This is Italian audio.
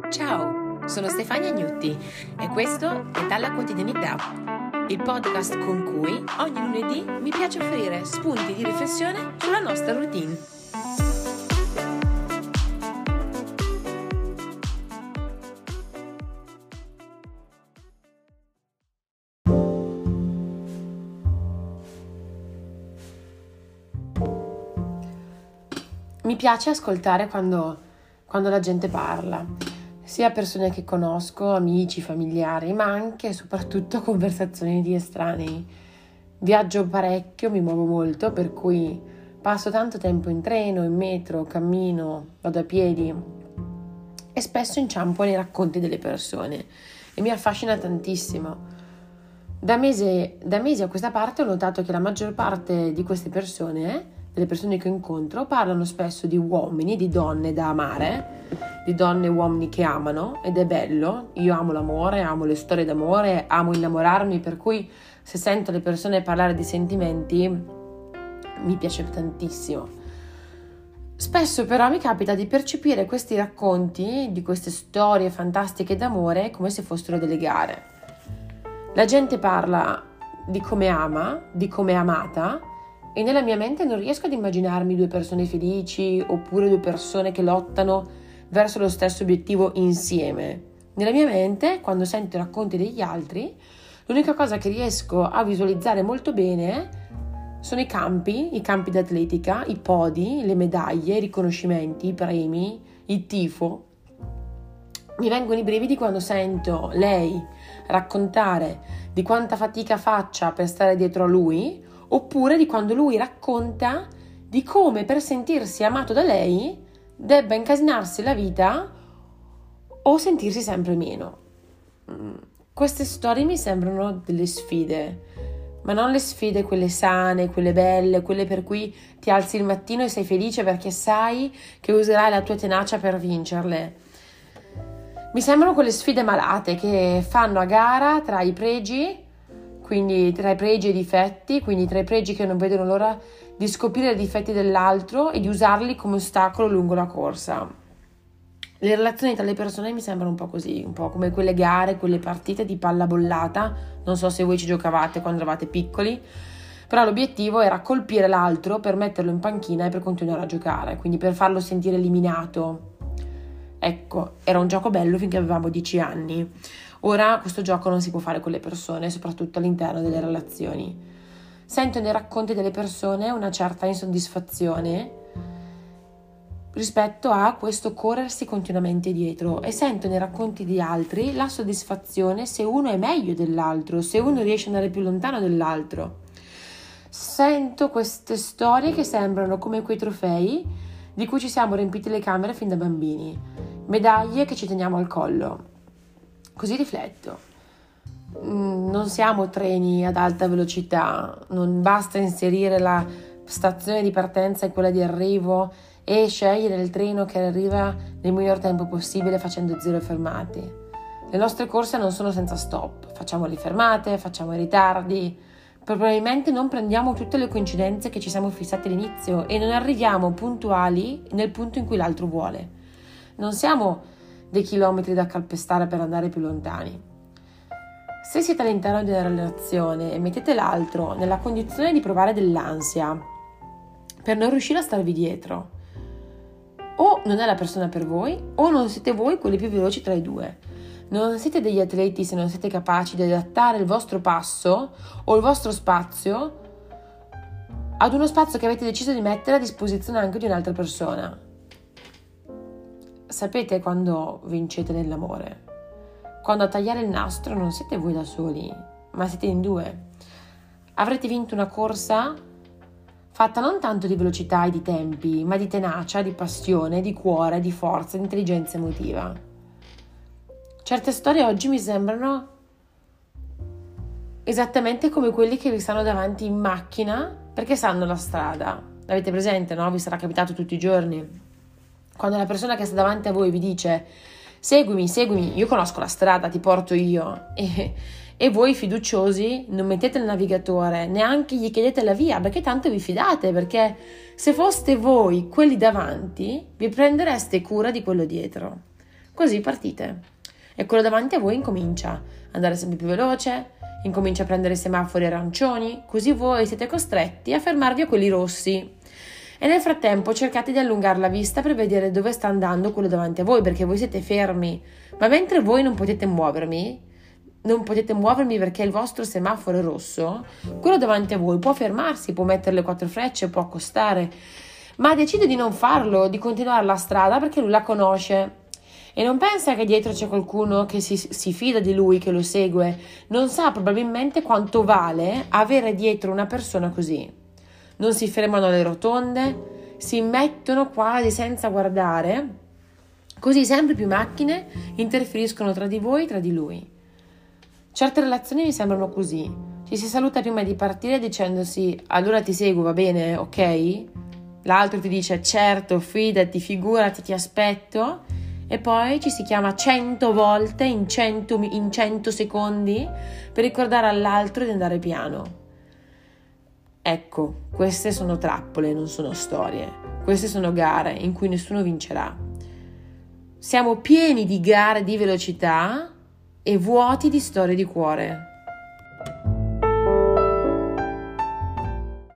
Ciao, sono Stefania Gnutti e questo è Dalla Quotidianità, il podcast con cui ogni lunedì mi piace offrire spunti di riflessione sulla nostra routine. Mi piace ascoltare quando la gente parla, sia persone che conosco, amici, familiari, ma anche e soprattutto conversazioni di estranei. Viaggio parecchio, mi muovo molto, per cui passo tanto tempo in treno, in metro, cammino, vado a piedi e spesso inciampo nei racconti delle persone e mi affascina tantissimo. Da mesi a questa parte ho notato che la maggior parte di queste persone, delle persone che incontro, parlano spesso di uomini, di donne da amare, di donne e uomini che amano, ed è bello. Io amo l'amore, amo le storie d'amore, amo innamorarmi, per cui se sento le persone parlare di sentimenti mi piace tantissimo. Spesso però mi capita di percepire questi racconti di queste storie fantastiche d'amore come se fossero delle gare. La gente parla di come ama, di come è amata, e nella mia mente non riesco ad immaginarmi due persone felici oppure due persone che lottano verso lo stesso obiettivo insieme. Nella mia mente, quando sento i racconti degli altri, l'unica cosa che riesco a visualizzare molto bene sono i campi d'atletica, i podi, le medaglie, i riconoscimenti, i premi, il tifo. Mi vengono i brividi quando sento lei raccontare di quanta fatica faccia per stare dietro a lui, oppure di quando lui racconta di come per sentirsi amato da lei debba incasinarsi la vita o sentirsi sempre meno. Queste storie mi sembrano delle sfide, ma non le sfide quelle sane, quelle belle, quelle per cui ti alzi il mattino e sei felice perché sai che userai la tua tenacia per vincerle. Mi sembrano quelle sfide malate che fanno a gara tra i pregi, quindi tra i pregi e i difetti, quindi tra i pregi che non vedono l'ora di scoprire i difetti dell'altro e di usarli come ostacolo lungo la corsa. Le relazioni tra le persone mi sembrano un po' così, un po' come quelle gare, quelle partite di palla bollata. Non so se voi ci giocavate quando eravate piccoli, però l'obiettivo era colpire l'altro per metterlo in panchina e per continuare a giocare, quindi per farlo sentire eliminato. Ecco, era un gioco bello finché avevamo 10 anni. Ora questo gioco non si può fare con le persone, soprattutto all'interno delle relazioni. Sento nei racconti delle persone una certa insoddisfazione rispetto a questo corrersi continuamente dietro, e sento nei racconti di altri la soddisfazione se uno è meglio dell'altro, se uno riesce ad andare più lontano dell'altro. Sento queste storie che sembrano come quei trofei di cui ci siamo riempiti le camere fin da bambini, medaglie che ci teniamo al collo. Così rifletto. Non siamo treni ad alta velocità, non basta inserire la stazione di partenza e quella di arrivo e scegliere il treno che arriva nel miglior tempo possibile facendo 0 fermate. Le nostre corse non sono senza stop, facciamo le fermate, facciamo i ritardi, probabilmente non prendiamo tutte le coincidenze che ci siamo fissati all'inizio e non arriviamo puntuali nel punto in cui l'altro vuole. Non siamo dei chilometri da calpestare per andare più lontani. Se siete all'interno di una relazione e mettete l'altro nella condizione di provare dell'ansia per non riuscire a starvi dietro, o non è la persona per voi, o non siete voi quelli più veloci tra i due. Non siete degli atleti se non siete capaci di adattare il vostro passo o il vostro spazio ad uno spazio che avete deciso di mettere a disposizione anche di un'altra persona. Sapete quando vincete nell'amore? Quando a tagliare il nastro non siete voi da soli, ma siete in 2. Avrete vinto una corsa fatta non tanto di velocità e di tempi, ma di tenacia, di passione, di cuore, di forza, di intelligenza emotiva. Certe storie oggi mi sembrano esattamente come quelli che vi stanno davanti in macchina perché sanno la strada. L'avete presente, no? Vi sarà capitato tutti i giorni. Quando la persona che sta davanti a voi vi dice seguimi, io conosco la strada, ti porto io, e voi fiduciosi non mettete il navigatore, neanche gli chiedete la via, perché tanto vi fidate, perché se foste voi quelli davanti vi prendereste cura di quello dietro. Così partite. E quello davanti a voi incomincia ad andare sempre più veloce, incomincia a prendere i semafori arancioni, così voi siete costretti a fermarvi a quelli rossi. E nel frattempo cercate di allungare la vista per vedere dove sta andando quello davanti a voi, perché voi siete fermi. Ma mentre voi non potete muovervi perché il vostro semaforo è rosso, quello davanti a voi può fermarsi, può mettere le 4 frecce, può accostare, ma decide di non farlo, di continuare la strada perché lui la conosce. E non pensa che dietro c'è qualcuno che si fida di lui, che lo segue. Non sa probabilmente quanto vale avere dietro una persona così. Non si fermano alle rotonde, si mettono quasi senza guardare, così sempre più macchine interferiscono tra di voi e tra di lui. Certe relazioni mi sembrano così. Ci si saluta prima di partire dicendosi allora ti seguo, va bene, ok? L'altro ti dice certo, fidati, figurati, ti aspetto. E poi ci si chiama 100 volte in 100 secondi per ricordare all'altro di andare piano. Ecco, queste sono trappole, non sono storie. Queste sono gare in cui nessuno vincerà. Siamo pieni di gare di velocità e vuoti di storie di cuore.